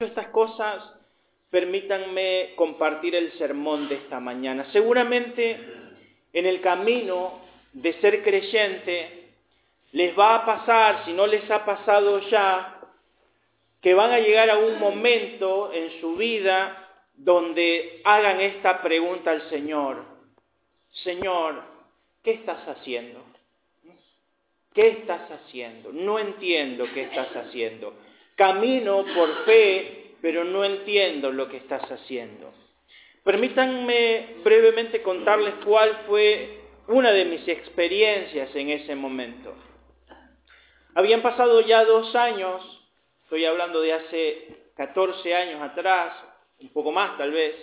Estas cosas, permítanme compartir el sermón de esta mañana. Seguramente en el camino de ser creyente les va a pasar, si no les ha pasado ya, que van a llegar a un momento en su vida donde hagan esta pregunta al Señor. Señor, ¿qué estás haciendo? ¿Qué estás haciendo? No entiendo qué estás haciendo. Camino por fe, pero no entiendo lo que estás haciendo. Permítanme brevemente contarles cuál fue una de mis experiencias en ese momento. Habían pasado ya 2 años, estoy hablando de hace 14 años atrás, un poco más tal vez.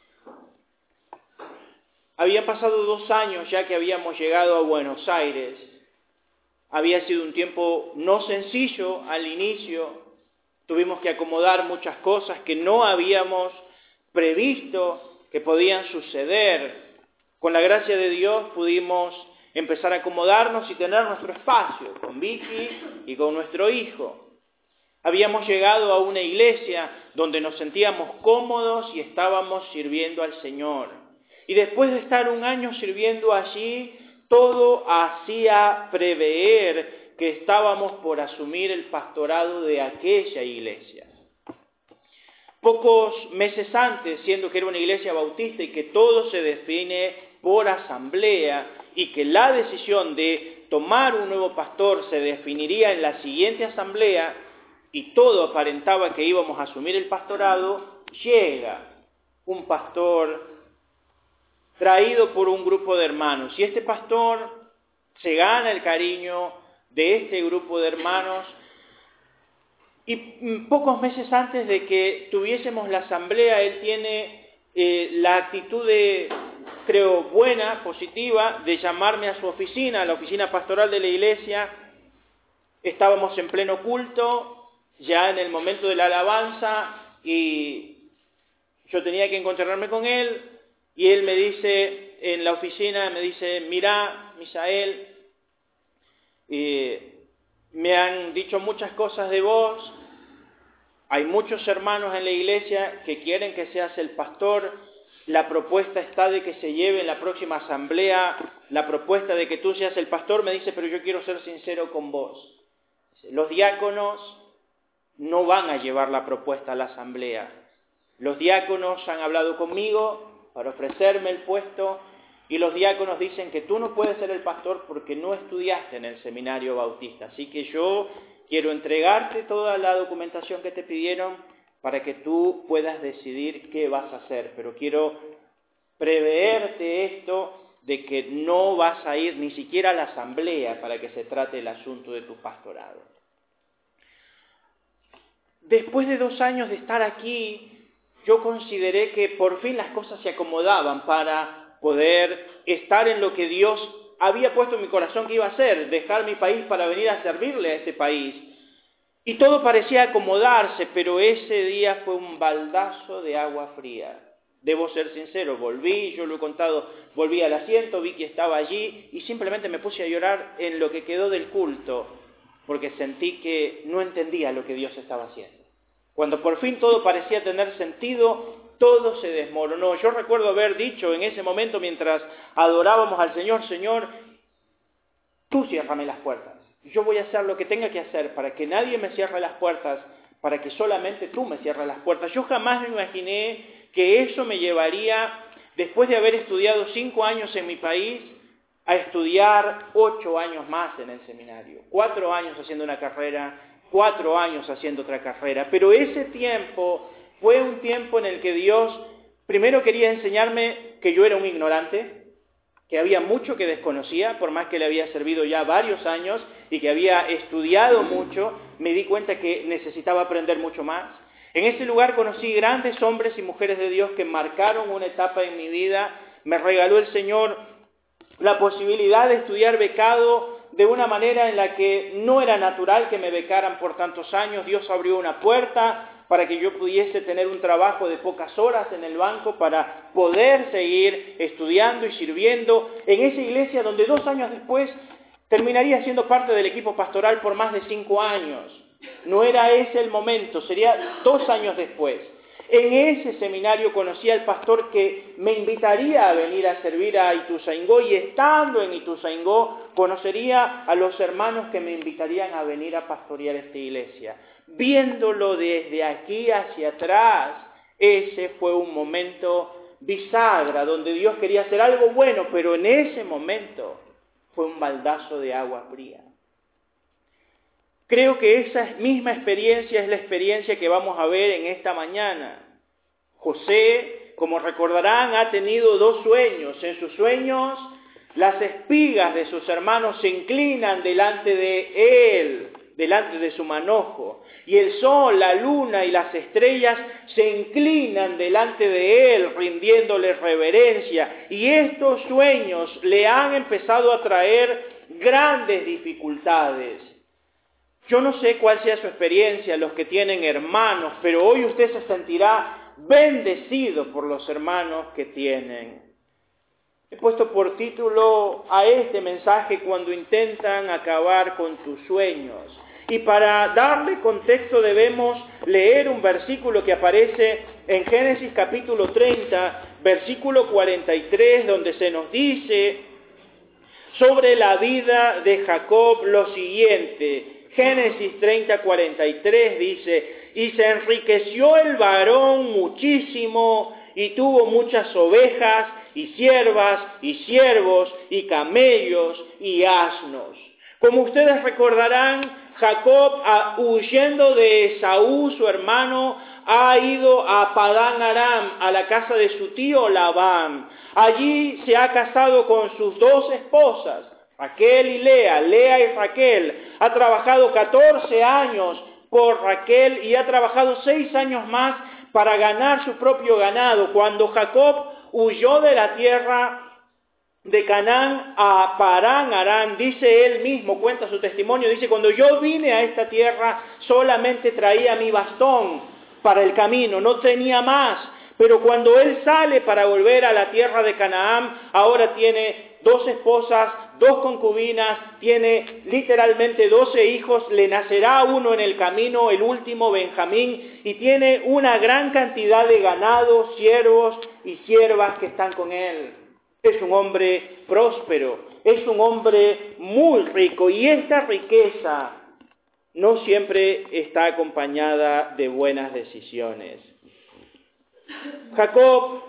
Habían pasado 2 años ya que habíamos llegado a Buenos Aires. Había sido un tiempo no sencillo al inicio. Tuvimos que acomodar muchas cosas que no habíamos previsto que podían suceder. Con la gracia de Dios pudimos empezar a acomodarnos y tener nuestro espacio con Vicky y con nuestro hijo. Habíamos llegado a una iglesia donde nos sentíamos cómodos y estábamos sirviendo al Señor. Y después de estar 1 año sirviendo allí, todo hacía prever que estábamos por asumir el pastorado de aquella iglesia. Pocos meses antes, siendo que era una iglesia bautista y que todo se define por asamblea y que la decisión de tomar un nuevo pastor se definiría en la siguiente asamblea y todo aparentaba que íbamos a asumir el pastorado, llega un pastor traído por un grupo de hermanos. Y este pastor se gana el cariño de este grupo de hermanos. Y pocos meses antes de que tuviésemos la asamblea, él tiene la actitud creo, buena, positiva, de llamarme a su oficina, a la oficina pastoral de la iglesia. Estábamos en pleno culto, ya en el momento de la alabanza, y yo tenía que encontrarme con él. Y él me dice, en la oficina, me dice, mirá, Misael, me han dicho muchas cosas de vos, hay muchos hermanos en la iglesia que quieren que seas el pastor, la propuesta está de que se lleve en la próxima asamblea, la propuesta de que tú seas el pastor, me dice, pero yo quiero ser sincero con vos. Los diáconos no van a llevar la propuesta a la asamblea. Los diáconos han hablado conmigo para ofrecerme el puesto, y los diáconos dicen que tú no puedes ser el pastor porque no estudiaste en el seminario bautista. Así que yo quiero entregarte toda la documentación que te pidieron para que tú puedas decidir qué vas a hacer. Pero quiero preveerte esto de que no vas a ir ni siquiera a la asamblea para que se trate el asunto de tu pastorado. Después de 2 años de estar aquí, yo consideré que por fin las cosas se acomodaban para poder estar en lo que Dios había puesto en mi corazón que iba a hacer, dejar mi país para venir a servirle a este país. Y todo parecía acomodarse, pero ese día fue un baldazo de agua fría. Debo ser sincero, volví, yo lo he contado, volví al asiento, vi que estaba allí y simplemente me puse a llorar en lo que quedó del culto, porque sentí que no entendía lo que Dios estaba haciendo. Cuando por fin todo parecía tener sentido, todo se desmoronó. Yo recuerdo haber dicho en ese momento mientras adorábamos al Señor, Señor, tú ciérrame las puertas. Yo voy a hacer lo que tenga que hacer para que nadie me cierre las puertas, para que solamente tú me cierres las puertas. Yo jamás me imaginé que eso me llevaría, después de haber estudiado 5 años en mi país, a estudiar 8 años más en el seminario. 4 años haciendo una carrera, 4 años haciendo otra carrera. Pero ese tiempo fue un tiempo en el que Dios primero quería enseñarme que yo era un ignorante, que había mucho que desconocía, por más que le había servido ya varios años y que había estudiado mucho, me di cuenta que necesitaba aprender mucho más. En ese lugar conocí grandes hombres y mujeres de Dios que marcaron una etapa en mi vida. Me regaló el Señor la posibilidad de estudiar becado de una manera en la que no era natural que me becaran por tantos años. Dios abrió una puerta para que yo pudiese tener un trabajo de pocas horas en el banco para poder seguir estudiando y sirviendo en esa iglesia donde 2 años después terminaría siendo parte del equipo pastoral por más de 5 años. No era ese el momento, sería 2 años después. En ese seminario conocí al pastor que me invitaría a venir a servir a Ituzaingó, y estando en Ituzaingó conocería a los hermanos que me invitarían a venir a pastorear esta iglesia. Viéndolo desde aquí hacia atrás, ese fue un momento bisagra donde Dios quería hacer algo bueno, pero en ese momento fue un baldazo de agua fría. Creo que esa misma experiencia es la experiencia que vamos a ver en esta mañana. José, como recordarán, ha tenido 2 sueños. En sus sueños, las espigas de sus hermanos se inclinan delante de él, delante de su manojo. Y el sol, la luna y las estrellas se inclinan delante de él, rindiéndole reverencia. Y estos sueños le han empezado a traer grandes dificultades. Yo no sé cuál sea su experiencia, los que tienen hermanos, pero hoy usted se sentirá bendecido por los hermanos que tienen. He puesto por título a este mensaje: cuando intentan acabar con tus sueños. Y para darle contexto debemos leer un versículo que aparece en Génesis capítulo 30, versículo 43, donde se nos dice sobre la vida de Jacob lo siguiente. Génesis 30, 43 dice: y se enriqueció el varón muchísimo, y tuvo muchas ovejas, y siervas, y siervos, y camellos, y asnos. Como ustedes recordarán, Jacob, huyendo de Esaú, su hermano, ha ido a Padán Aram, a la casa de su tío Labán. Allí se ha casado con sus 2 esposas, Raquel y Lea, Lea y Raquel. Ha trabajado 14 años por Raquel y ha trabajado 6 años más para ganar su propio ganado. Cuando Jacob huyó de la tierra de Canaán a Padán Aram, dice él mismo, cuenta su testimonio, dice: cuando yo vine a esta tierra solamente traía mi bastón para el camino, no tenía más. Pero cuando él sale para volver a la tierra de Canaán, ahora tiene 2 esposas, 2 concubinas, tiene literalmente 12 hijos, le nacerá uno en el camino, el último, Benjamín, y tiene una gran cantidad de ganado, siervos y siervas que están con él. Es un hombre próspero, es un hombre muy rico, y esta riqueza no siempre está acompañada de buenas decisiones. Jacob,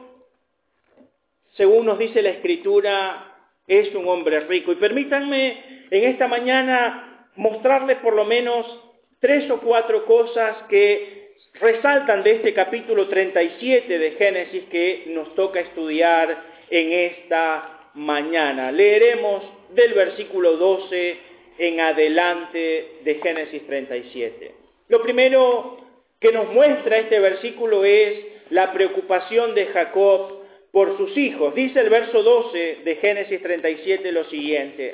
según nos dice la Escritura, es un hombre rico. Y permítanme en esta mañana mostrarles por lo menos 3 o 4 cosas que resaltan de este capítulo 37 de Génesis que nos toca estudiar en esta mañana. Leeremos del versículo 12 en adelante de Génesis 37. Lo primero que nos muestra este versículo es la preocupación de Jacob por sus hijos. Dice el verso 12 de Génesis 37 lo siguiente: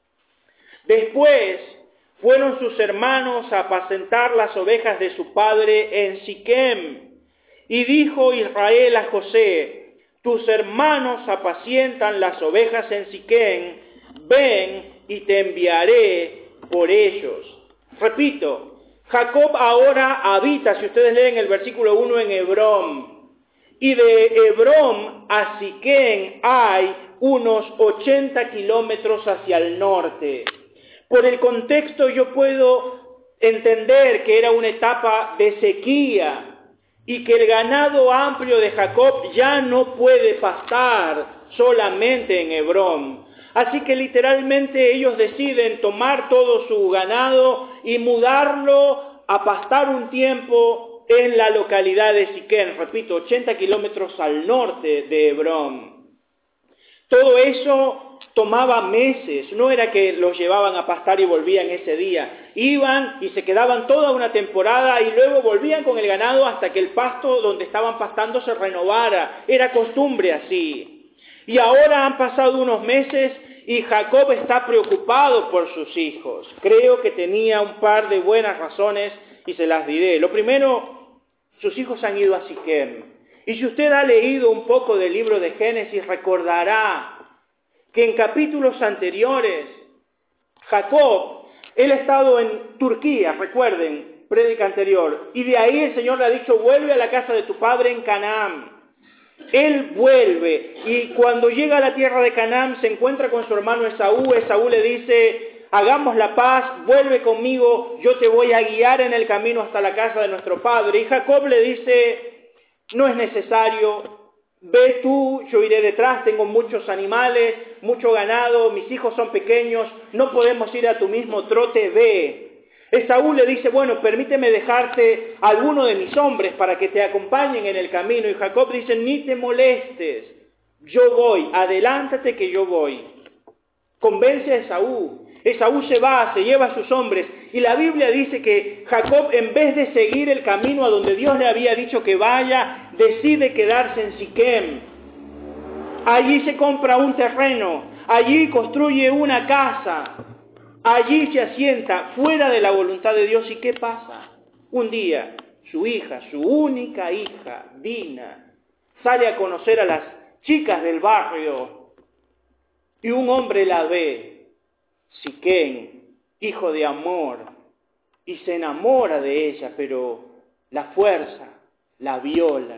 después fueron sus hermanos a apacentar las ovejas de su padre en Siquem. Y dijo Israel a José: tus hermanos apacientan las ovejas en Siquem, ven y te enviaré por ellos. Repito, Jacob ahora habita, si ustedes leen el versículo 1, en Hebrón. Y de Hebrón a Siquem hay unos 80 kilómetros hacia el norte. Por el contexto yo puedo entender que era una etapa de sequía y que el ganado amplio de Jacob ya no puede pastar solamente en Hebrón. Así que literalmente ellos deciden tomar todo su ganado y mudarlo a pastar un tiempo en la localidad de Siquem, repito, 80 kilómetros al norte de Hebrón. Todo eso tomaba meses, no era que los llevaban a pastar y volvían ese día. Iban y se quedaban toda una temporada y luego volvían con el ganado hasta que el pasto donde estaban pastando se renovara. Era costumbre así. Y ahora han pasado unos meses y Jacob está preocupado por sus hijos. Creo que tenía un par de buenas razones y se las diré. Lo primero, sus hijos han ido a Siquem. Y si usted ha leído un poco del libro de Génesis, recordará que en capítulos anteriores Jacob Él ha estado en Turquía, recuerden, prédica anterior, y de ahí el Señor le ha dicho, vuelve a la casa de tu padre en Canaán. Él vuelve, y cuando llega a la tierra de Canaán se encuentra con su hermano Esaú. Esaú le dice, hagamos la paz, vuelve conmigo, yo te voy a guiar en el camino hasta la casa de nuestro padre. Y Jacob le dice, no es necesario, ve tú, yo iré detrás, tengo muchos animales, mucho ganado, mis hijos son pequeños, no podemos ir a tu mismo trote, ve. Esaú le dice, bueno, permíteme dejarte a alguno de mis hombres para que te acompañen en el camino. Y Jacob dice, ni te molestes, yo voy, adelántate que yo voy. Convence a Esaú. Esaú se va, se lleva a sus hombres. Y la Biblia dice que Jacob, en vez de seguir el camino a donde Dios le había dicho que vaya, decide quedarse en Siquem. Allí se compra un terreno, allí construye una casa. Allí se asienta fuera de la voluntad de Dios. ¿Y qué pasa? Un día, su hija, su única hija, Dina, sale a conocer a las chicas del barrio y un hombre la ve, Siquem, hijo de Amor, y se enamora de ella, pero la fuerza, la viola.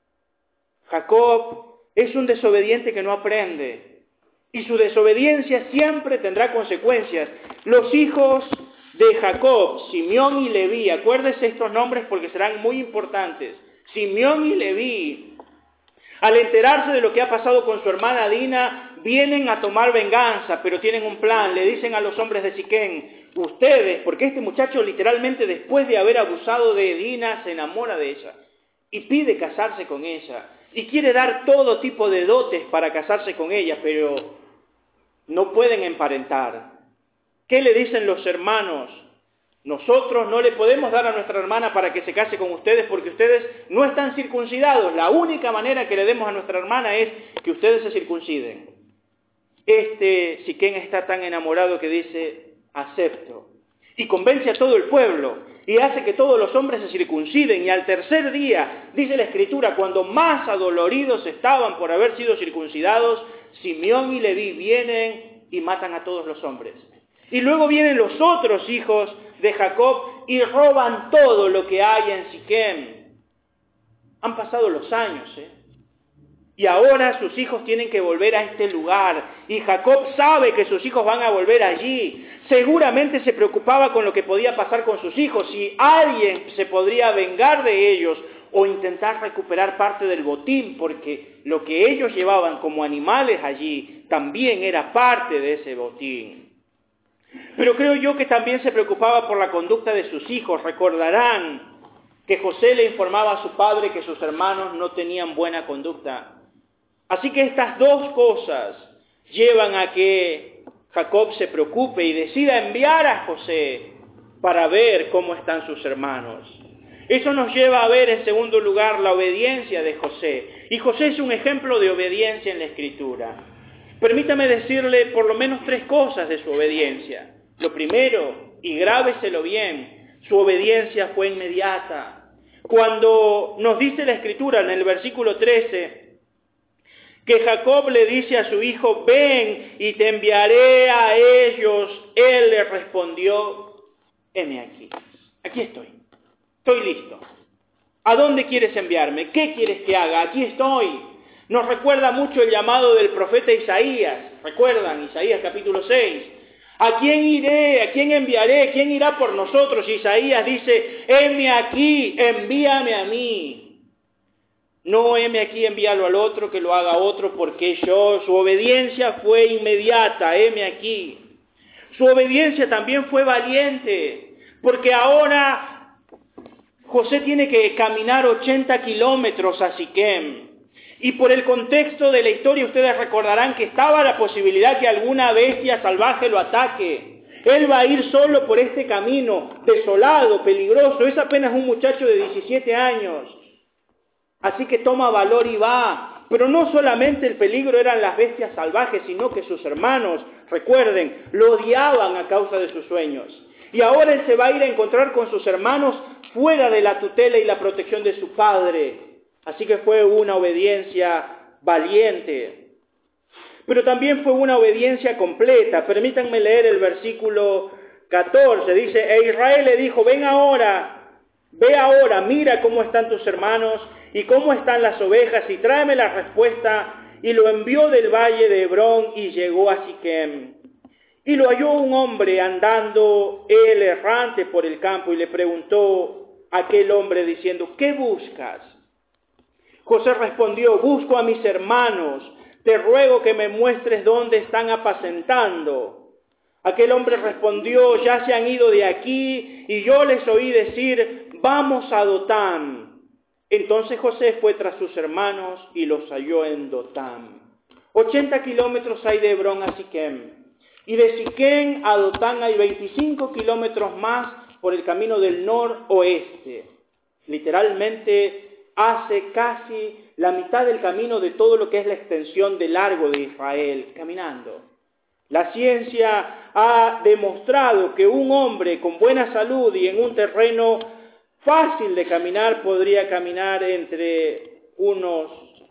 Jacob es un desobediente que no aprende. Y su desobediencia siempre tendrá consecuencias. Los hijos de Jacob, Simeón y Leví, acuérdese estos nombres porque serán muy importantes. Simeón y Leví, al enterarse de lo que ha pasado con su hermana Dina, vienen a tomar venganza, pero tienen un plan. Le dicen a los hombres de Siquem, ustedes, porque este muchacho literalmente después de haber abusado de Dina se enamora de ella y pide casarse con ella. Y quiere dar todo tipo de dotes para casarse con ella, pero no pueden emparentar. ¿Qué le dicen los hermanos? Nosotros no le podemos dar a nuestra hermana para que se case con ustedes porque ustedes no están circuncidados. La única manera que le demos a nuestra hermana es que ustedes se circunciden. Siquem está tan enamorado que dice, acepto. Y convence a todo el pueblo y hace que todos los hombres se circunciden. Y al tercer día, dice la Escritura, cuando más adoloridos estaban por haber sido circuncidados, Simeón y Leví vienen y matan a todos los hombres. Y luego vienen los otros hijos de Jacob y roban todo lo que hay en Siquem. Han pasado los años, y ahora sus hijos tienen que volver a este lugar. Y Jacob sabe que sus hijos van a volver allí. Seguramente se preocupaba con lo que podía pasar con sus hijos. Si alguien se podría vengar de ellos o intentar recuperar parte del botín, porque lo que ellos llevaban como animales allí también era parte de ese botín. Pero creo yo que también se preocupaba por la conducta de sus hijos. Recordarán que José le informaba a su padre que sus hermanos no tenían buena conducta. Así que estas dos cosas llevan a que Jacob se preocupe y decida enviar a José para ver cómo están sus hermanos. Eso nos lleva a ver en segundo lugar la obediencia de José. Y José es un ejemplo de obediencia en la Escritura. Permítame decirle por lo menos tres cosas de su obediencia. Lo primero, y grábeselo bien, su obediencia fue inmediata. Cuando nos dice la Escritura en el versículo 13, que Jacob le dice a su hijo, ven y te enviaré a ellos, él le respondió, heme aquí, aquí estoy listo. ¿A dónde quieres enviarme? ¿Qué quieres que haga? Aquí estoy. Nos recuerda mucho el llamado del profeta Isaías, ¿recuerdan? Isaías capítulo 6. ¿A quién iré? ¿A quién enviaré? ¿Quién irá por nosotros? Isaías dice, heme aquí, envíame a mí. No, heme aquí, envíalo al otro, que lo haga otro, porque su obediencia fue inmediata, heme aquí. Su obediencia también fue valiente, porque ahora José tiene que caminar 80 kilómetros a Siquem. Y por el contexto de la historia ustedes recordarán que estaba la posibilidad que alguna bestia salvaje lo ataque. Él va a ir solo por este camino, desolado, peligroso, es apenas un muchacho de 17 años. Así que toma valor y va. Pero no solamente el peligro eran las bestias salvajes, sino que sus hermanos, recuerden, lo odiaban a causa de sus sueños. Y ahora él se va a ir a encontrar con sus hermanos fuera de la tutela y la protección de su padre. Así que fue una obediencia valiente. Pero también fue una obediencia completa. Permítanme leer el versículo 14 dice, e Israel le dijo, ve ahora, mira cómo están tus hermanos y cómo están las ovejas y tráeme la respuesta. Y lo envió del valle de Hebrón y llegó a Siquem. Y lo halló un hombre andando él errante por el campo y le preguntó a aquel hombre diciendo, ¿qué buscas? José respondió, busco a mis hermanos, te ruego que me muestres dónde están apacentando. Aquel hombre respondió, ya se han ido de aquí y yo les oí decir, vamos a Dotán. Entonces José fue tras sus hermanos y los halló en Dotán. 80 kilómetros hay de Hebrón a Siquem. Y de Siquem a Dotán hay 25 kilómetros más por el camino del noroeste. Literalmente hace casi la mitad del camino de todo lo que es la extensión de largo de Israel, caminando. La ciencia ha demostrado que un hombre con buena salud y en un terreno fácil de caminar podría caminar entre unos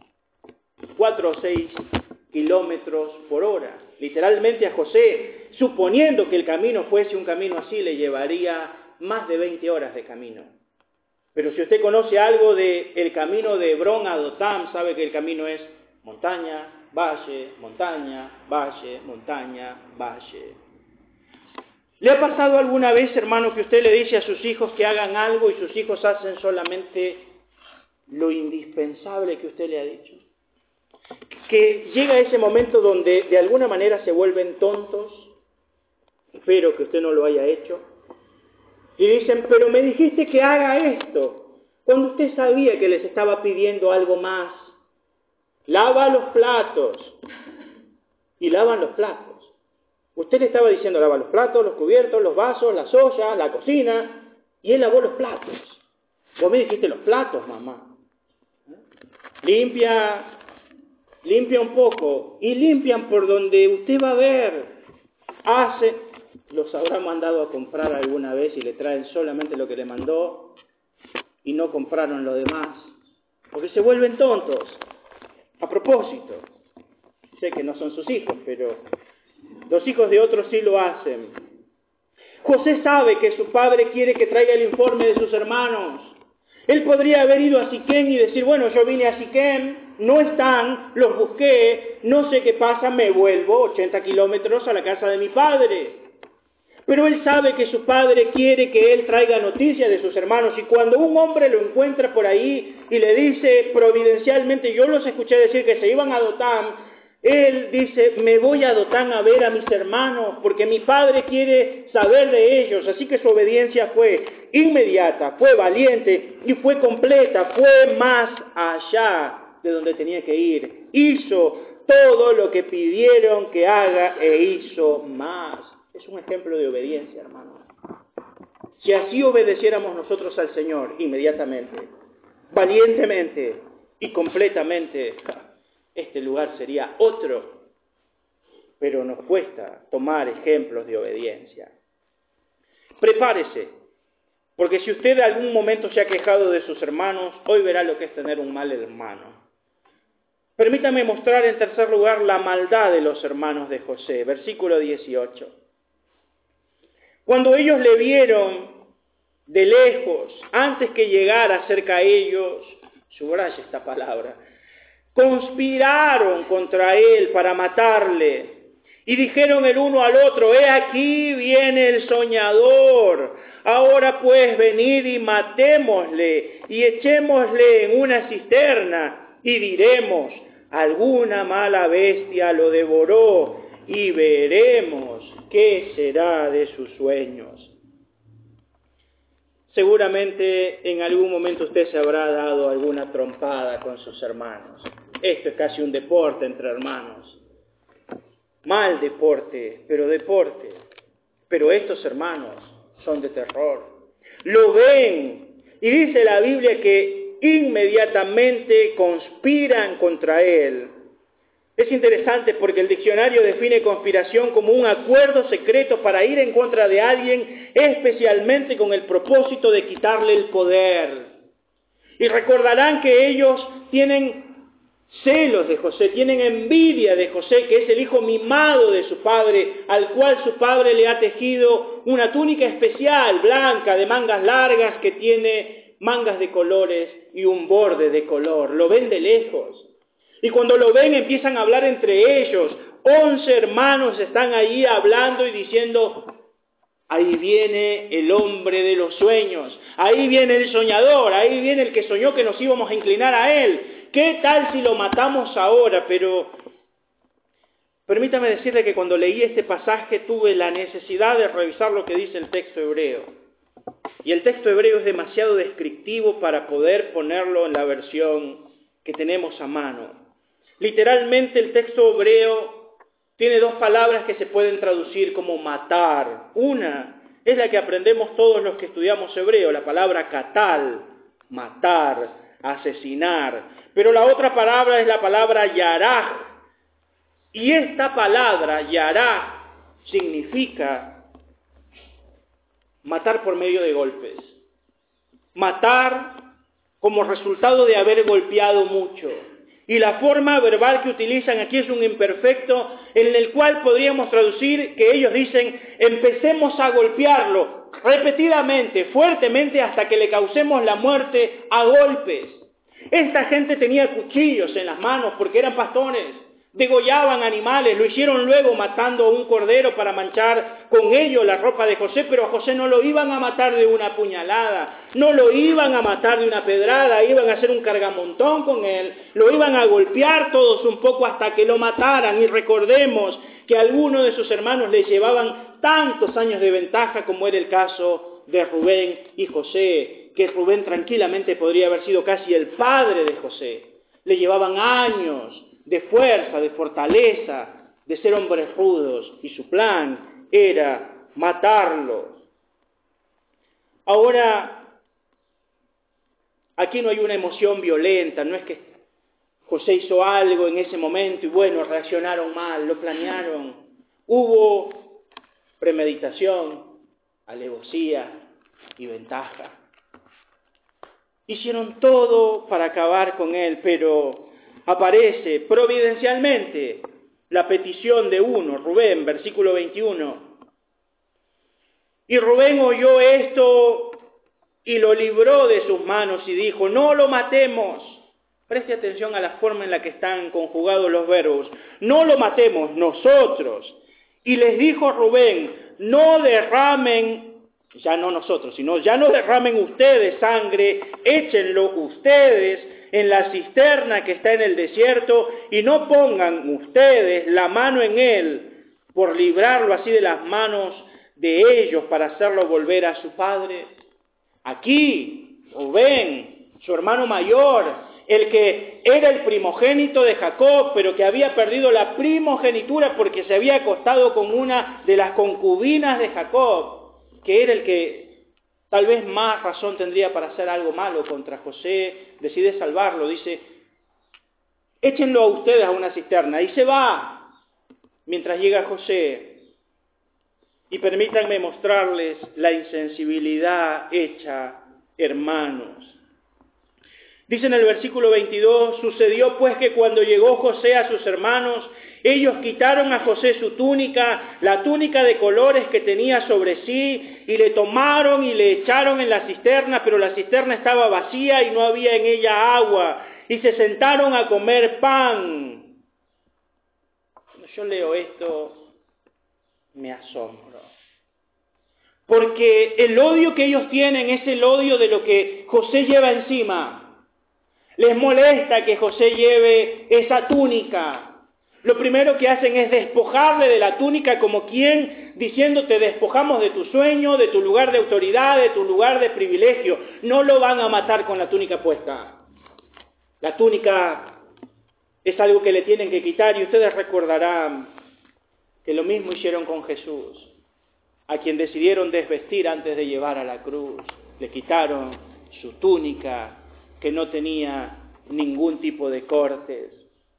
4 o 6 kilómetros por hora. Literalmente a José, suponiendo que el camino fuese un camino así, le llevaría más de 20 horas de camino. Pero si usted conoce algo del camino de Hebrón a Dotán, sabe que el camino es montaña, valle, montaña, valle, montaña, valle. ¿Le ha pasado alguna vez, hermano, que usted le dice a sus hijos que hagan algo y sus hijos hacen solamente lo indispensable que usted le ha dicho? Que llega ese momento donde de alguna manera se vuelven tontos, espero que usted no lo haya hecho, y dicen, pero me dijiste que haga esto, cuando usted sabía que les estaba pidiendo algo más. Lava los platos, y lavan los platos. Usted le estaba diciendo, lava los platos, los cubiertos, los vasos, las ollas, la cocina, y él lavó los platos. Vos me dijiste los platos, mamá. Limpia un poco, y limpian por donde usted va a ver. Los habrá mandado a comprar alguna vez y le traen solamente lo que le mandó, y no compraron lo demás, porque se vuelven tontos. A propósito, sé que no son sus hijos, pero los hijos de otros sí lo hacen. José sabe que su padre quiere que traiga el informe de sus hermanos. Él podría haber ido a Siquem y decir, bueno, yo vine a Siquem, no están, los busqué, no sé qué pasa, me vuelvo 80 kilómetros a la casa de mi padre. Pero él sabe que su padre quiere que él traiga noticias de sus hermanos, y cuando un hombre lo encuentra por ahí y le dice providencialmente, yo los escuché decir que se iban a Dotán, él dice, me voy a Dotán a ver a mis hermanos, porque mi padre quiere saber de ellos. Así que su obediencia fue inmediata, fue valiente y fue completa, fue más allá de donde tenía que ir. Hizo todo lo que pidieron que haga e hizo más. Es un ejemplo de obediencia, hermano. Si así obedeciéramos nosotros al Señor inmediatamente, valientemente y completamente, este lugar sería otro, pero nos cuesta tomar ejemplos de obediencia. Prepárese, porque si usted en algún momento se ha quejado de sus hermanos, hoy verá lo que es tener un mal hermano. Permítame mostrar en tercer lugar la maldad de los hermanos de José, versículo 18. Cuando ellos le vieron de lejos, antes que llegara cerca a ellos, subraya esta palabra, conspiraron contra él para matarle y dijeron el uno al otro, he aquí viene el soñador, ahora pues venid y matémosle y echémosle en una cisterna y diremos, alguna mala bestia lo devoró y veremos qué será de sus sueños. Seguramente en algún momento usted se habrá dado alguna trompada con sus hermanos. Esto es casi un deporte entre hermanos. Mal deporte, pero deporte. Pero estos hermanos son de terror. Lo ven y dice la Biblia que inmediatamente conspiran contra él. Es interesante porque el diccionario define conspiración como un acuerdo secreto para ir en contra de alguien, especialmente con el propósito de quitarle el poder. Y recordarán que ellos tienen celos de José, tienen envidia de José, que es el hijo mimado de su padre, al cual su padre le ha tejido una túnica especial, blanca, de mangas largas, que tiene mangas de colores y un borde de color. Lo ven de lejos. Y cuando lo ven empiezan a hablar entre ellos. 11 hermanos están ahí hablando y diciendo: ahí viene el hombre de los sueños, ahí viene el soñador, ahí viene el que soñó que nos íbamos a inclinar a él. ¿Qué tal si lo matamos ahora? Pero permítame decirle que cuando leí este pasaje tuve la necesidad de revisar lo que dice el texto hebreo. Y el texto hebreo es demasiado descriptivo para poder ponerlo en la versión que tenemos a mano. Literalmente el texto hebreo tiene dos palabras que se pueden traducir como matar. Una es la que aprendemos todos los que estudiamos hebreo, la palabra katal, matar, asesinar. Pero la otra palabra es la palabra yaraj. Y esta palabra, yaraj, significa matar por medio de golpes. Matar como resultado de haber golpeado mucho. Y la forma verbal que utilizan aquí es un imperfecto en el cual podríamos traducir que ellos dicen: empecemos a golpearlo repetidamente, fuertemente, hasta que le causemos la muerte a golpes. Esta gente tenía cuchillos en las manos porque eran pastores, degollaban animales, lo hicieron luego matando a un cordero para manchar con ello la ropa de José, pero a José no lo iban a matar de una puñalada, no lo iban a matar de una pedrada, iban a hacer un cargamontón con él, lo iban a golpear todos un poco hasta que lo mataran. Y recordemos que algunos de sus hermanos le llevaban tantos años de ventaja, como era el caso de Rubén y José, que Rubén tranquilamente podría haber sido casi el padre de José. Le llevaban años de fuerza, de fortaleza, de ser hombres rudos, y su plan era matarlo. Ahora, aquí no hay una emoción violenta, no es que José hizo algo en ese momento y bueno, reaccionaron mal, lo planearon. Hubo premeditación, alevosía y ventaja. Hicieron todo para acabar con él, pero aparece providencialmente la petición de uno, Rubén, versículo 21. Y Rubén oyó esto y lo libró de sus manos y dijo: no lo matemos. Preste atención a la forma en la que están conjugados los verbos. No lo matemos nosotros. Y les dijo Rubén: no derramen, ya no nosotros, sino ya no derramen ustedes sangre, échenlo ustedes en la cisterna que está en el desierto, y no pongan ustedes la mano en él por librarlo así de las manos de ellos para hacerlo volver a su padre. Aquí, Rubén, su hermano mayor, el que era el primogénito de Jacob, pero que había perdido la primogenitura porque se había acostado con una de las concubinas de Jacob, que era el que tal vez más razón tendría para hacer algo malo contra José, decide salvarlo, dice: échenlo a ustedes a una cisterna, y se va mientras llega José. Y permítanme mostrarles la insensibilidad hecha, hermanos. Dice en el versículo 22, sucedió pues que cuando llegó José a sus hermanos, ellos quitaron a José su túnica, la túnica de colores que tenía sobre sí, y le tomaron y le echaron en la cisterna, pero la cisterna estaba vacía y no había en ella agua, y se sentaron a comer pan. Cuando yo leo esto, me asombro. Porque el odio que ellos tienen es el odio de lo que José lleva encima. Les molesta que José lleve esa túnica. Lo primero que hacen es despojarle de la túnica, como quien diciendo: te despojamos de tu sueño, de tu lugar de autoridad, de tu lugar de privilegio. No lo van a matar con la túnica puesta. La túnica es algo que le tienen que quitar, y ustedes recordarán que lo mismo hicieron con Jesús, a quien decidieron desvestir antes de llevar a la cruz. Le quitaron su túnica, que no tenía ningún tipo de cortes.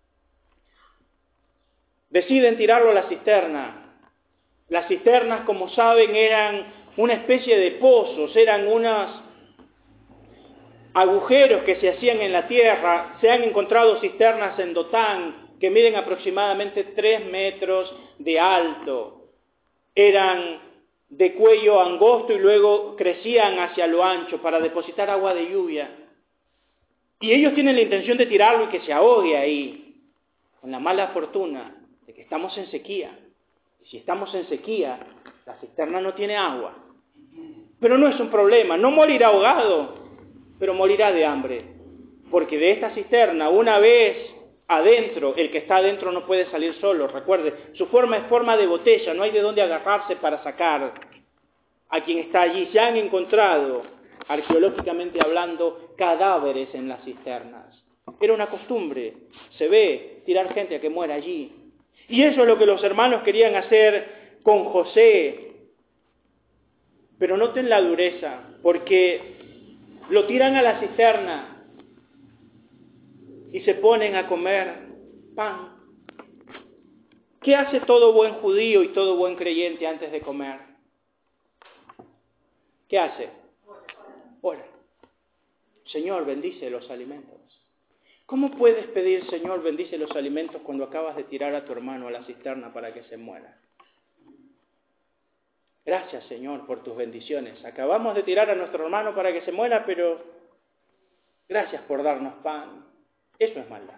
Deciden tirarlo a la cisterna. Las cisternas, como saben, eran una especie de pozos, eran unas agujeros que se hacían en la tierra. Se han encontrado cisternas en Dotán que miden aproximadamente 3 metros de alto. Eran de cuello angosto y luego crecían hacia lo ancho para depositar agua de lluvia. Y ellos tienen la intención de tirarlo y que se ahogue ahí, con la mala fortuna de que estamos en sequía. Y si estamos en sequía, la cisterna no tiene agua. Pero no es un problema, no morirá ahogado, pero morirá de hambre. Porque de esta cisterna, una vez adentro, el que está adentro no puede salir solo. Recuerde, su forma es forma de botella, no hay de dónde agarrarse para sacar a quien está allí. Se han encontrado, arqueológicamente hablando, cadáveres en las cisternas. Era una costumbre, se ve, tirar gente a que muera allí. Y eso es lo que los hermanos querían hacer con José. Pero noten la dureza, porque lo tiran a la cisterna y se ponen a comer pan. ¿Qué hace todo buen judío y todo buen creyente antes de comer? ¿Qué hace? Ora. Señor, bendice los alimentos. ¿Cómo puedes pedir, Señor, bendice los alimentos cuando acabas de tirar a tu hermano a la cisterna para que se muera? Gracias, Señor, por tus bendiciones. Acabamos de tirar a nuestro hermano para que se muera, pero gracias por darnos pan. Eso es maldad.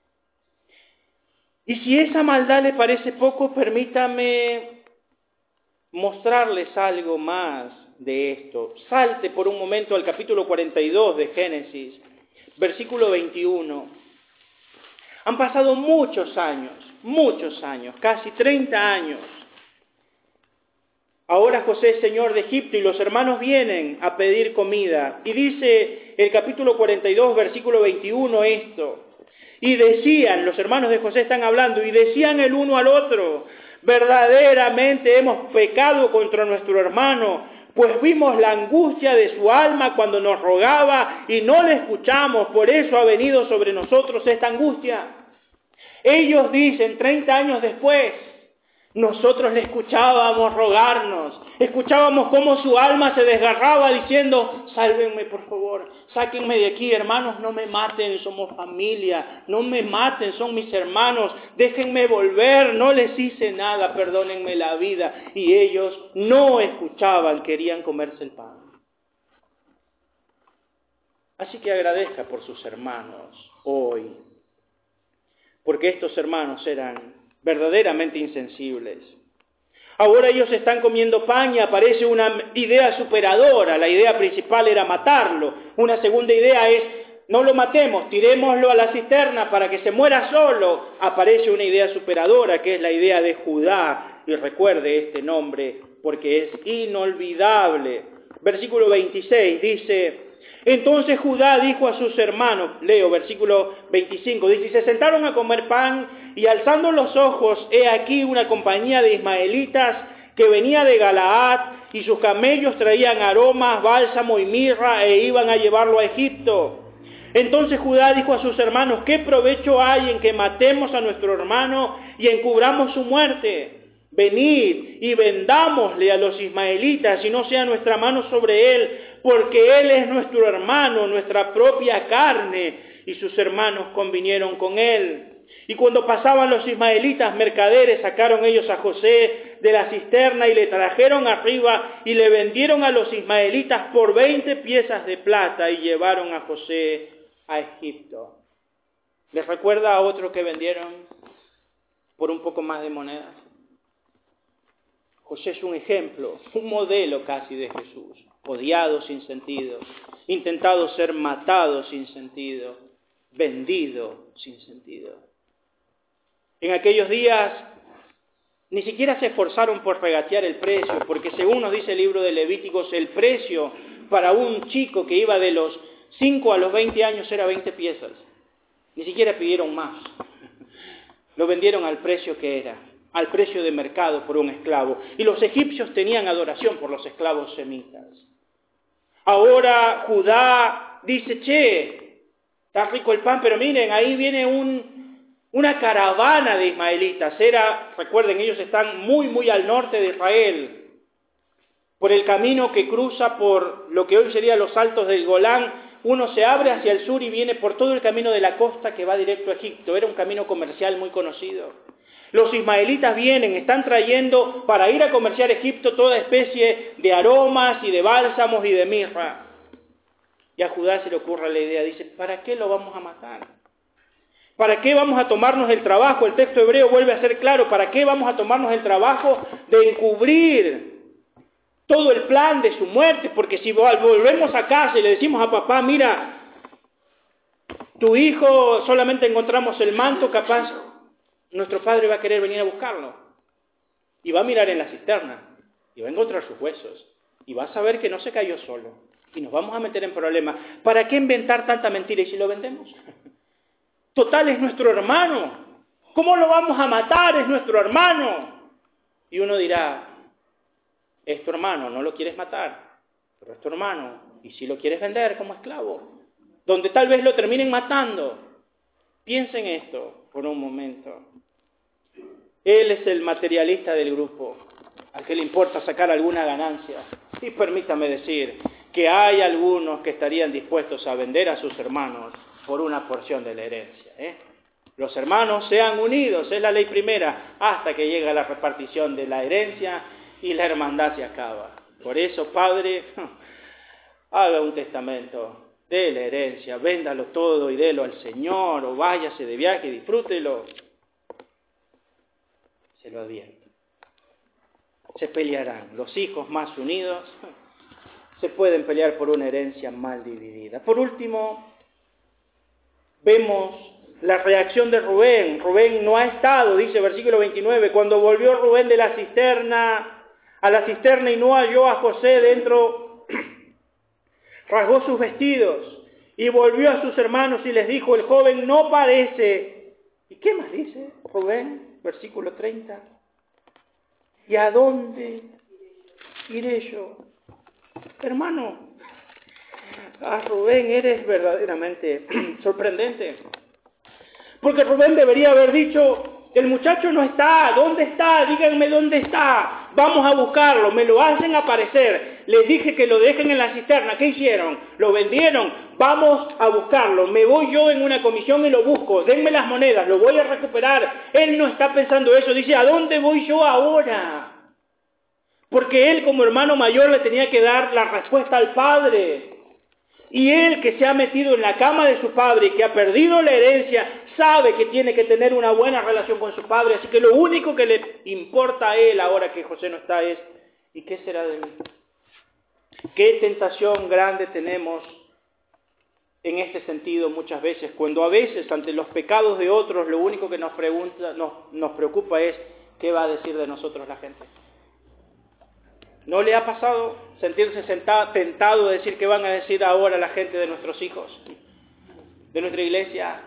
Y si esa maldad le parece poco, permítame mostrarles algo más de esto. Salte por un momento al capítulo 42 de Génesis, versículo 21. Han pasado muchos años, casi 30 años. Ahora José es señor de Egipto y los hermanos vienen a pedir comida. Y dice el capítulo 42, versículo 21 esto. Y decían, los hermanos de José están hablando, y decían el uno al otro, verdaderamente hemos pecado contra nuestro hermano, pues vimos la angustia de su alma cuando nos rogaba y no le escuchamos, por eso ha venido sobre nosotros esta angustia. Ellos dicen 30 años después, nosotros le escuchábamos rogarnos, escuchábamos cómo su alma se desgarraba diciendo, sálvenme por favor, sáquenme de aquí, hermanos, no me maten, somos familia, no me maten, son mis hermanos, déjenme volver, no les hice nada, perdónenme la vida. Y ellos no escuchaban, querían comerse el pan. Así que agradezca por sus hermanos hoy, porque estos hermanos eran verdaderamente insensibles. Ahora ellos están comiendo pan y aparece una idea superadora. La idea principal era matarlo. Una segunda idea es, no lo matemos, tirémoslo a la cisterna para que se muera solo. Aparece una idea superadora que es la idea de Judá. Y recuerde este nombre porque es inolvidable. Versículo 26 dice, entonces Judá dijo a sus hermanos, leo versículo 25, dice, y se sentaron a comer pan y alzando los ojos, he aquí una compañía de ismaelitas que venía de Galaad y sus camellos traían aromas, bálsamo y mirra e iban a llevarlo a Egipto. Entonces Judá dijo a sus hermanos, ¿qué provecho hay en que matemos a nuestro hermano y encubramos su muerte? Venid y vendámosle a los ismaelitas y no sea nuestra mano sobre él, porque él es nuestro hermano, nuestra propia carne. Y sus hermanos convinieron con él. Y cuando pasaban los ismaelitas mercaderes, sacaron ellos a José de la cisterna y le trajeron arriba y le vendieron a los ismaelitas por 20 piezas de plata y llevaron a José a Egipto. ¿Les recuerda a otro que vendieron por un poco más de monedas? José es un ejemplo, un modelo casi de Jesús, odiado sin sentido, intentado ser matado sin sentido, vendido sin sentido. En aquellos días ni siquiera se esforzaron por regatear el precio, porque según nos dice el libro de Levíticos, el precio para un chico que iba de los 5 a los 20 años era 20 piezas. Ni siquiera pidieron más. Lo vendieron al precio que era, al precio de mercado por un esclavo. Y los egipcios tenían adoración por los esclavos semitas. Ahora Judá dice, che, está rico el pan, pero miren, ahí viene una caravana de ismaelitas. Recuerden, ellos están muy al norte de Israel, por el camino que cruza por lo que hoy serían los altos del Golán, uno se abre hacia el sur y viene por todo el camino de la costa que va directo a Egipto. Era un camino comercial muy conocido. Los ismaelitas vienen, están trayendo para ir a comerciar Egipto toda especie de aromas y de bálsamos y de mirra. Y a Judá se le ocurre la idea, dice, ¿para qué lo vamos a matar? ¿Para qué vamos a tomarnos el trabajo? El texto hebreo vuelve a ser claro, ¿para qué vamos a tomarnos el trabajo de encubrir todo el plan de su muerte? Porque si volvemos a casa y le decimos a papá, mira, tu hijo solamente encontramos el manto, capaz nuestro padre va a querer venir a buscarlo. Y va a mirar en la cisterna, y va a encontrar sus huesos, y va a saber que no se cayó solo, y nos vamos a meter en problemas. ¿Para qué inventar tanta mentira? ¿Y si lo vendemos? Total, es nuestro hermano. ¿Cómo lo vamos a matar? Es nuestro hermano. Y uno dirá, es tu hermano, no lo quieres matar, pero es tu hermano, y si lo quieres vender como esclavo, donde tal vez lo terminen matando. Piensen esto por un momento. Él es el materialista del grupo, al que le importa sacar alguna ganancia. Y permítame decir que hay algunos que estarían dispuestos a vender a sus hermanos por una porción de la herencia. Los hermanos sean unidos, es la ley primera, hasta que llega la repartición de la herencia y la hermandad se acaba. Por eso, Padre, haga un testamento de la herencia, véndalo todo y délo al Señor, o váyase de viaje y disfrútelo. Se lo advierto. Se pelearán. Los hijos más unidos se pueden pelear por una herencia mal dividida. Por último, vemos la reacción de Rubén. Rubén no ha estado, dice versículo 29, cuando volvió Rubén de la cisterna, a la cisterna y no halló a José dentro, rasgó sus vestidos y volvió a sus hermanos y les dijo, el joven no parece. ¿Y qué más dice Rubén? Versículo 30. ¿Y a dónde iré yo? Hermano, Rubén, eres verdaderamente sorprendente. Porque Rubén debería haber dicho, el muchacho no está, ¿dónde está? Díganme dónde está, vamos a buscarlo, me lo hacen aparecer. Les dije que lo dejen en la cisterna, ¿qué hicieron? Lo vendieron, vamos a buscarlo, me voy yo en una comisión y lo busco, denme las monedas, lo voy a recuperar. Él no está pensando eso, dice, ¿a dónde voy yo ahora? Porque él como hermano mayor le tenía que dar la respuesta al padre. Y él que se ha metido en la cama de su padre y que ha perdido la herencia, sabe que tiene que tener una buena relación con su padre. Así que lo único que le importa a él ahora que José no está es, ¿y qué será de mí? Qué tentación grande tenemos en este sentido muchas veces, cuando a veces ante los pecados de otros lo único que nos preocupa es, ¿qué va a decir de nosotros la gente? ¿No le ha pasado sentirse tentado de decir qué van a decir ahora la gente de nuestros hijos, de nuestra iglesia?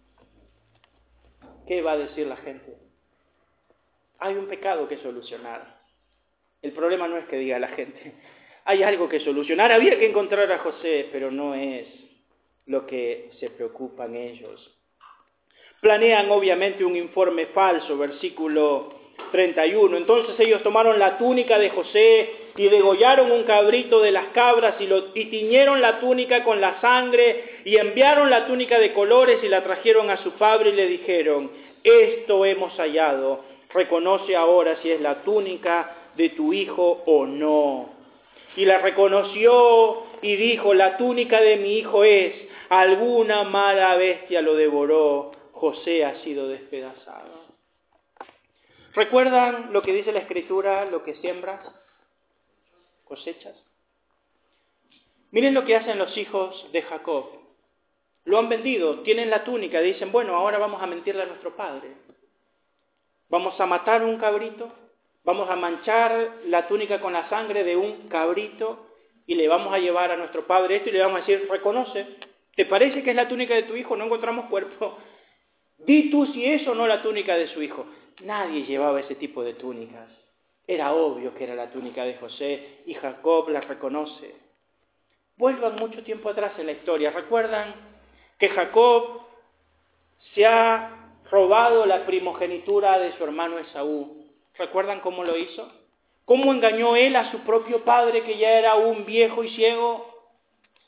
¿Qué va a decir la gente? Hay un pecado que solucionar. El problema no es que diga la gente. Hay algo que solucionar. Había que encontrar a José, pero no es lo que se preocupan ellos. Planean obviamente un informe falso, versículo 31. Entonces ellos tomaron la túnica de José y degollaron un cabrito de las cabras y tiñeron la túnica con la sangre y enviaron la túnica de colores y la trajeron a su padre y le dijeron, esto hemos hallado, reconoce ahora si es la túnica de tu hijo o no. Y la reconoció y dijo, la túnica de mi hijo es, alguna mala bestia lo devoró, José ha sido despedazado. ¿Recuerdan lo que dice la Escritura, lo que siembras, cosechas? Miren lo que hacen los hijos de Jacob. Lo han vendido, tienen la túnica, dicen, bueno, ahora vamos a mentirle a nuestro padre. Vamos a matar un cabrito, vamos a manchar la túnica con la sangre de un cabrito y le vamos a llevar a nuestro padre esto y le vamos a decir, reconoce, ¿te parece que es la túnica de tu hijo? No encontramos cuerpo. Di tú si es o no la túnica de su hijo. Nadie llevaba ese tipo de túnicas. Era obvio que era la túnica de José y Jacob la reconoce. Vuelvan mucho tiempo atrás en la historia. ¿Recuerdan que Jacob se ha robado la primogenitura de su hermano Esaú? ¿Recuerdan cómo lo hizo? ¿Cómo engañó él a su propio padre que ya era un viejo y ciego?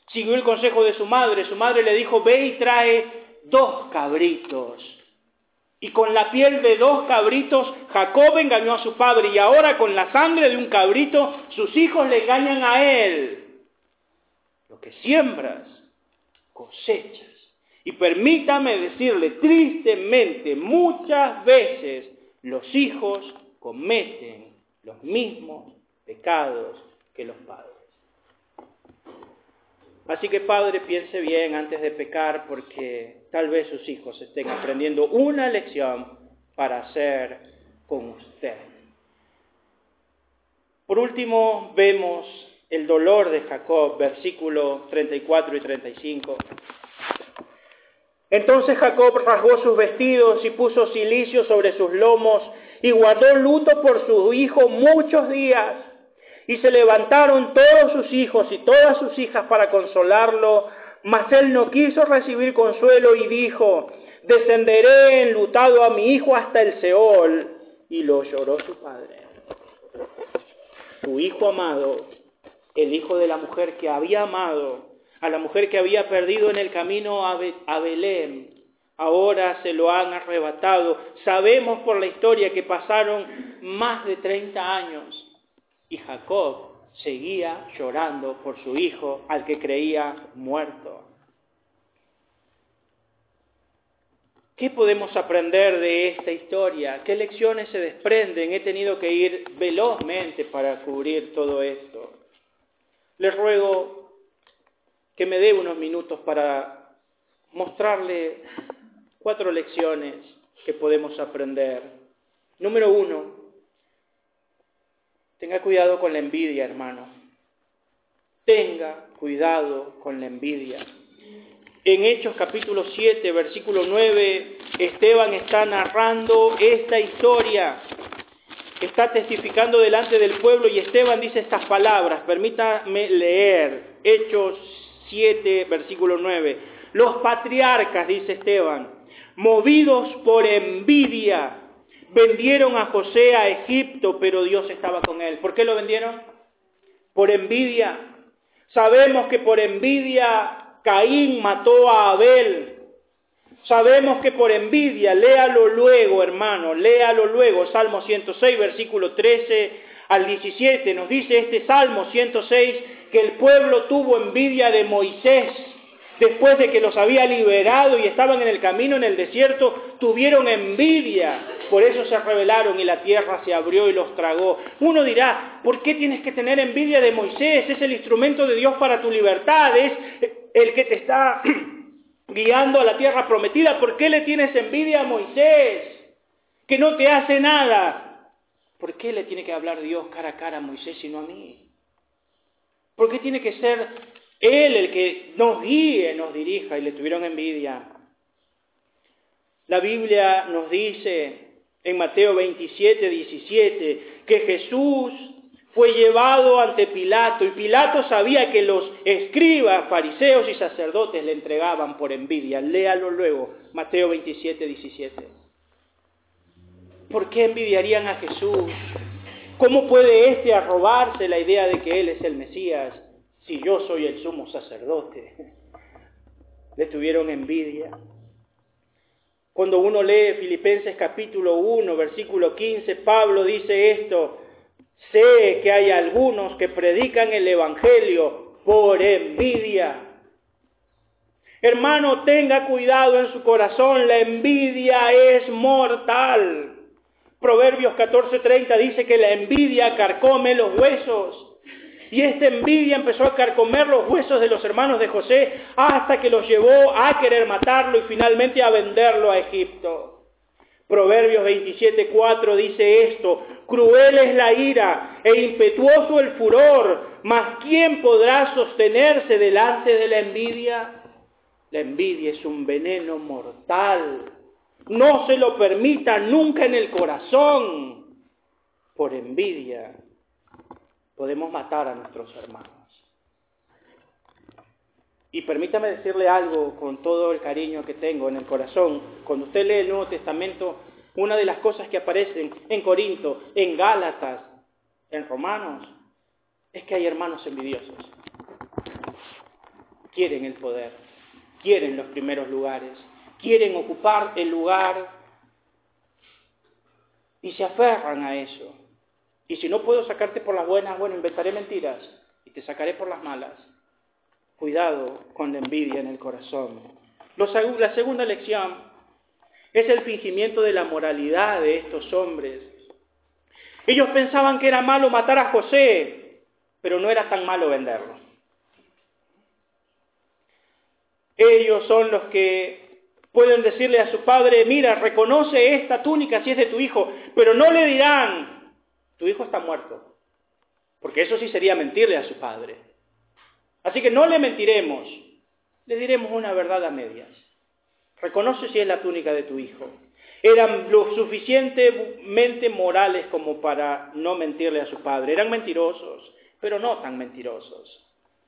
Siguió el consejo de su madre. Su madre le dijo, ve y trae 2 cabritos. Y con la piel de 2 cabritos, Jacob engañó a su padre. Y ahora con la sangre de un cabrito, sus hijos le engañan a él. Lo que siembras, cosechas. Y permítame decirle, tristemente, muchas veces los hijos cometen los mismos pecados que los padres. Así que padre, piense bien antes de pecar, porque tal vez sus hijos estén aprendiendo una lección para hacer con usted. Por último, vemos el dolor de Jacob, versículos 34 y 35. Entonces Jacob rasgó sus vestidos y puso cilicio sobre sus lomos y guardó luto por su hijo muchos días. Y se levantaron todos sus hijos y todas sus hijas para consolarlo, mas él no quiso recibir consuelo y dijo, descenderé enlutado a mi hijo hasta el Seol. Y lo lloró su padre. Su hijo amado, el hijo de la mujer que había amado, a la mujer que había perdido en el camino a Belén, ahora se lo han arrebatado. Sabemos por la historia que pasaron más de 30 años y Jacob seguía llorando por su hijo al que creía muerto. ¿Qué podemos aprender de esta historia? ¿Qué lecciones se desprenden? He tenido que ir velozmente para cubrir todo esto. Les ruego que me dé unos minutos para mostrarle 4 lecciones que podemos aprender. Número 1, tenga cuidado con la envidia, hermano. Tenga cuidado con la envidia. En Hechos capítulo 7, versículo 9, Esteban está narrando esta historia. Está testificando delante del pueblo y Esteban dice estas palabras. Permítame leer Hechos 7, versículo 9. Los patriarcas, dice Esteban, movidos por envidia, vendieron a José a Egipto, pero Dios estaba con él. ¿Por qué lo vendieron? Por envidia. Sabemos que por envidia Caín mató a Abel. Sabemos que por envidia, léalo luego, hermano, léalo luego. Salmo 106, versículo 13 al 17, nos dice este Salmo 106 que el pueblo tuvo envidia de Moisés. Después de que los había liberado y estaban en el camino en el desierto, tuvieron envidia. Por eso se rebelaron y la tierra se abrió y los tragó. Uno dirá, ¿por qué tienes que tener envidia de Moisés? Es el instrumento de Dios para tu libertad, es el que te está guiando a la tierra prometida. ¿Por qué le tienes envidia a Moisés? Que no te hace nada. ¿Por qué le tiene que hablar Dios cara a cara a Moisés y no a mí? ¿Por qué tiene que ser Él el que nos guíe, nos dirija? Y le tuvieron envidia. La Biblia nos dice en Mateo 27, 17, que Jesús fue llevado ante Pilato, y Pilato sabía que los escribas, fariseos y sacerdotes le entregaban por envidia. Léalo luego, Mateo 27, 17. ¿Por qué envidiarían a Jesús? ¿Cómo puede éste arrobarse la idea de que Él es el Mesías si yo soy el sumo sacerdote? Le tuvieron envidia. Cuando uno lee Filipenses capítulo 1, versículo 15, Pablo dice esto: sé que hay algunos que predican el Evangelio por envidia. Hermano, tenga cuidado en su corazón, la envidia es mortal. Proverbios 14:30 dice que la envidia carcome los huesos. Y esta envidia empezó a carcomer los huesos de los hermanos de José hasta que los llevó a querer matarlo y finalmente a venderlo a Egipto. Proverbios 27:4 dice esto: cruel es la ira e impetuoso el furor, mas ¿quién podrá sostenerse delante de la envidia? La envidia es un veneno mortal. No se lo permita nunca en el corazón. Por envidia podemos matar a nuestros hermanos. Y permítame decirle algo con todo el cariño que tengo en el corazón. Cuando usted lee el Nuevo Testamento, una de las cosas que aparecen en Corinto, en Gálatas, en Romanos, es que hay hermanos envidiosos. quieren el poder, quieren los primeros lugares, quieren ocupar el lugar y se aferran a eso. Y si no puedo sacarte por las buenas, bueno, inventaré mentiras y te sacaré por las malas. Cuidado con la envidia en el corazón. La segunda lección es el fingimiento de la moralidad de estos hombres. Ellos pensaban que era malo matar a José, pero no era tan malo venderlo. Ellos son los que pueden decirle a su padre, mira, reconoce esta túnica si es de tu hijo, pero no le dirán, tu hijo está muerto, porque eso sí sería mentirle a su padre. Así que no le mentiremos, le diremos una verdad a medias. Reconoce si es la túnica de tu hijo. Eran lo suficientemente morales como para no mentirle a su padre. Eran mentirosos, pero no tan mentirosos.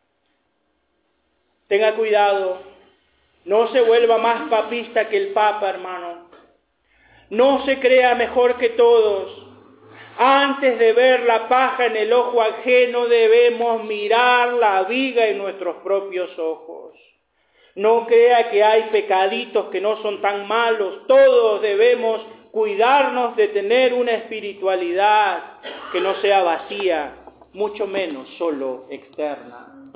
Tenga cuidado, no se vuelva más papista que el Papa, hermano. No se crea mejor que todos. Antes de ver la paja en el ojo ajeno, debemos mirar la viga en nuestros propios ojos. No crea que hay pecaditos que no son tan malos. Todos debemos cuidarnos de tener una espiritualidad que no sea vacía, mucho menos solo externa.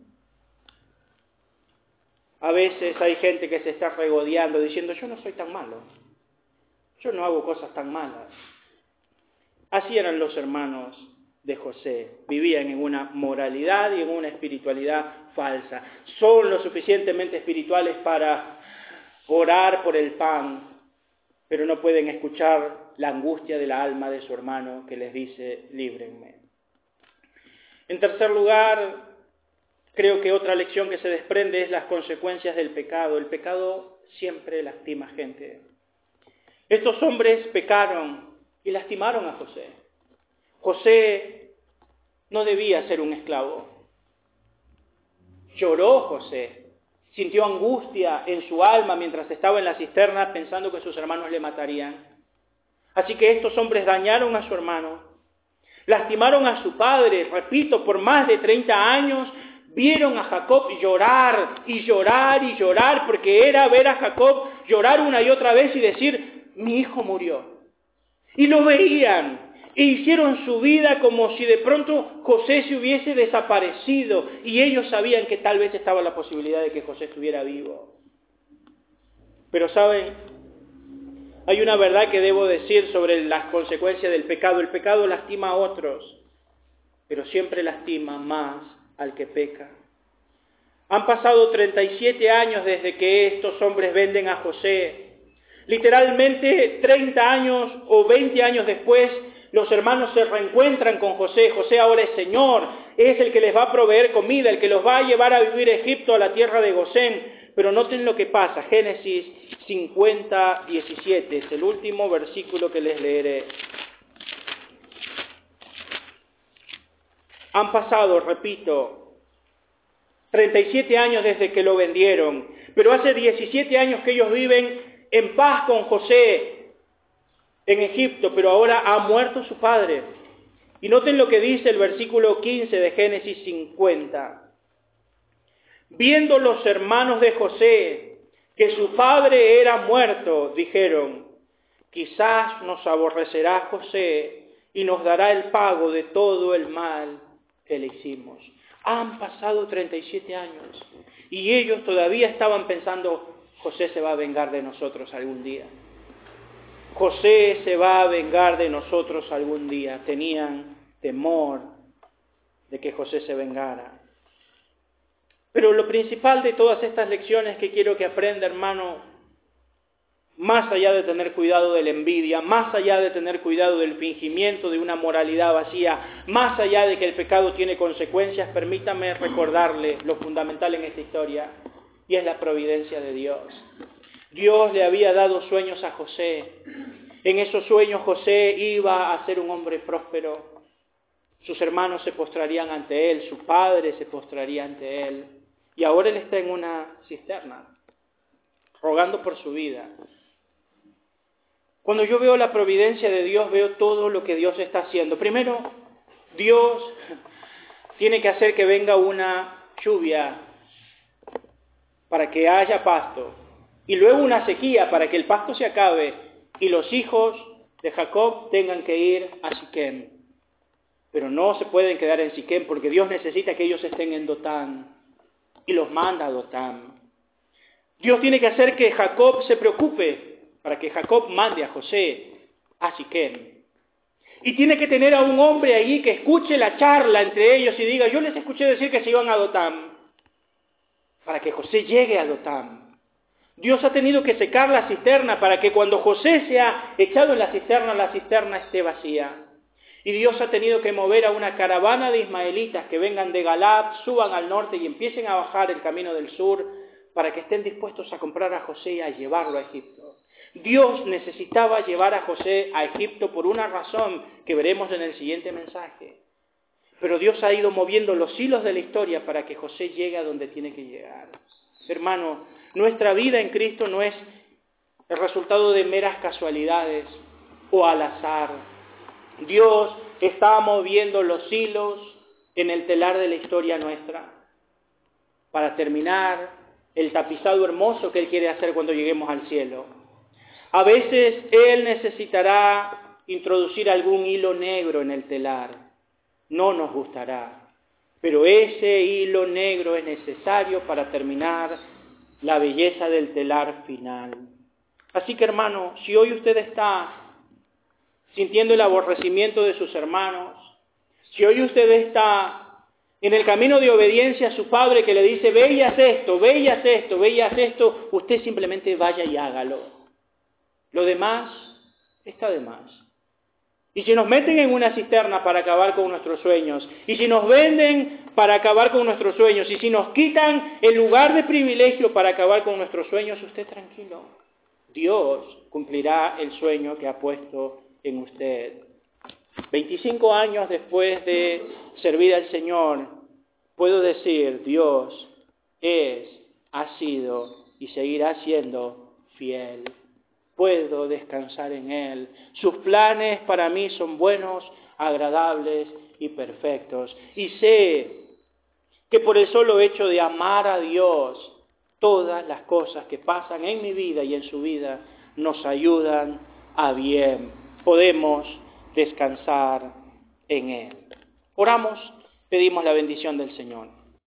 A veces hay gente que se está regodeando diciendo, yo no soy tan malo, yo no hago cosas tan malas. Así eran los hermanos de José, vivían en una moralidad y en una espiritualidad falsa. Son lo suficientemente espirituales para orar por el pan, pero no pueden escuchar la angustia de la alma de su hermano que les dice, líbrenme. En tercer lugar, creo que otra lección que se desprende es las consecuencias del pecado. El pecado siempre lastima gente. Estos hombres pecaron y lastimaron a José. José no debía ser un esclavo. Lloró José, sintió angustia en su alma mientras estaba en la cisterna pensando que sus hermanos le matarían. Así que estos hombres dañaron a su hermano, lastimaron a su padre, repito, por más de 30 años, vieron a Jacob llorar y llorar y llorar, porque era ver a Jacob llorar una y otra vez y decir, mi hijo murió. Y lo veían, e hicieron su vida como si de pronto José se hubiese desaparecido, y ellos sabían que tal vez estaba la posibilidad de que José estuviera vivo. Pero ¿saben? Hay una verdad que debo decir sobre las consecuencias del pecado. El pecado lastima a otros, pero siempre lastima más al que peca. Han pasado 37 años desde que estos hombres venden a José. Literalmente 30 años o 20 años después, los hermanos se reencuentran con José. José ahora es Señor, es el que les va a proveer comida, el que los va a llevar a vivir a Egipto, a la tierra de Gosén. Pero noten lo que pasa, Génesis 50, 17, es el último versículo que les leeré. Han pasado, repito, 37 años desde que lo vendieron, pero hace 17 años que ellos viven en paz con José en Egipto, pero ahora ha muerto su padre. Y noten lo que dice el versículo 15 de Génesis 50. Viendo los hermanos de José que su padre era muerto, dijeron, quizás nos aborrecerá José y nos dará el pago de todo el mal que le hicimos. Han pasado 37 años y ellos todavía estaban pensando, José se va a vengar de nosotros algún día. José se va a vengar de nosotros algún día. Tenían temor de que José se vengara. Pero lo principal de todas estas lecciones que quiero que aprenda, hermano, más allá de tener cuidado de la envidia, más allá de tener cuidado del fingimiento de una moralidad vacía, más allá de que el pecado tiene consecuencias, permítame recordarle lo fundamental en esta historia, y es la providencia de Dios. Dios le había dado sueños a José. En esos sueños José iba a ser un hombre próspero. Sus hermanos se postrarían ante él, su padre se postraría ante él. Y ahora él está en una cisterna, rogando por su vida. Cuando yo veo la providencia de Dios, veo todo lo que Dios está haciendo. Primero, Dios tiene que hacer que venga una lluvia para que haya pasto, y luego una sequía para que el pasto se acabe y los hijos de Jacob tengan que ir a Siquem. Pero no se pueden quedar en Siquem porque Dios necesita que ellos estén en Dotán y los manda a Dotán. Dios tiene que hacer que Jacob se preocupe para que Jacob mande a José a Siquem. Y tiene que tener a un hombre allí que escuche la charla entre ellos y diga, yo les escuché decir que se iban a Dotán, para que José llegue a Dotán. Dios ha tenido que secar la cisterna para que cuando José sea echado en la cisterna esté vacía. Y Dios ha tenido que mover a una caravana de ismaelitas que vengan de Galaad, suban al norte y empiecen a bajar el camino del sur para que estén dispuestos a comprar a José y a llevarlo a Egipto. Dios necesitaba llevar a José a Egipto por una razón que veremos en el siguiente mensaje. Pero Dios ha ido moviendo los hilos de la historia para que José llegue a donde tiene que llegar. Hermano, nuestra vida en Cristo no es el resultado de meras casualidades o al azar. Dios está moviendo los hilos en el telar de la historia nuestra para terminar el tapizado hermoso que Él quiere hacer cuando lleguemos al cielo. A veces Él necesitará introducir algún hilo negro en el telar. No nos gustará, pero ese hilo negro es necesario para terminar la belleza del telar final. Así que, hermano, si hoy usted está sintiendo el aborrecimiento de sus hermanos, si hoy usted está en el camino de obediencia a su padre que le dice, ve y haz esto, ve y haz esto, ve y haz esto, usted simplemente vaya y hágalo. Lo demás está de más. Y si nos meten en una cisterna para acabar con nuestros sueños, y si nos venden para acabar con nuestros sueños, y si nos quitan el lugar de privilegio para acabar con nuestros sueños, usted tranquilo. Dios cumplirá el sueño que ha puesto en usted. 25 años después de servir al Señor, puedo decir, Dios ha sido y seguirá siendo fiel. Puedo descansar en Él. Sus planes para mí son buenos, agradables y perfectos. Y sé que por el solo hecho de amar a Dios, todas las cosas que pasan en mi vida y en su vida nos ayudan a bien. Podemos descansar en Él. Oramos, pedimos la bendición del Señor.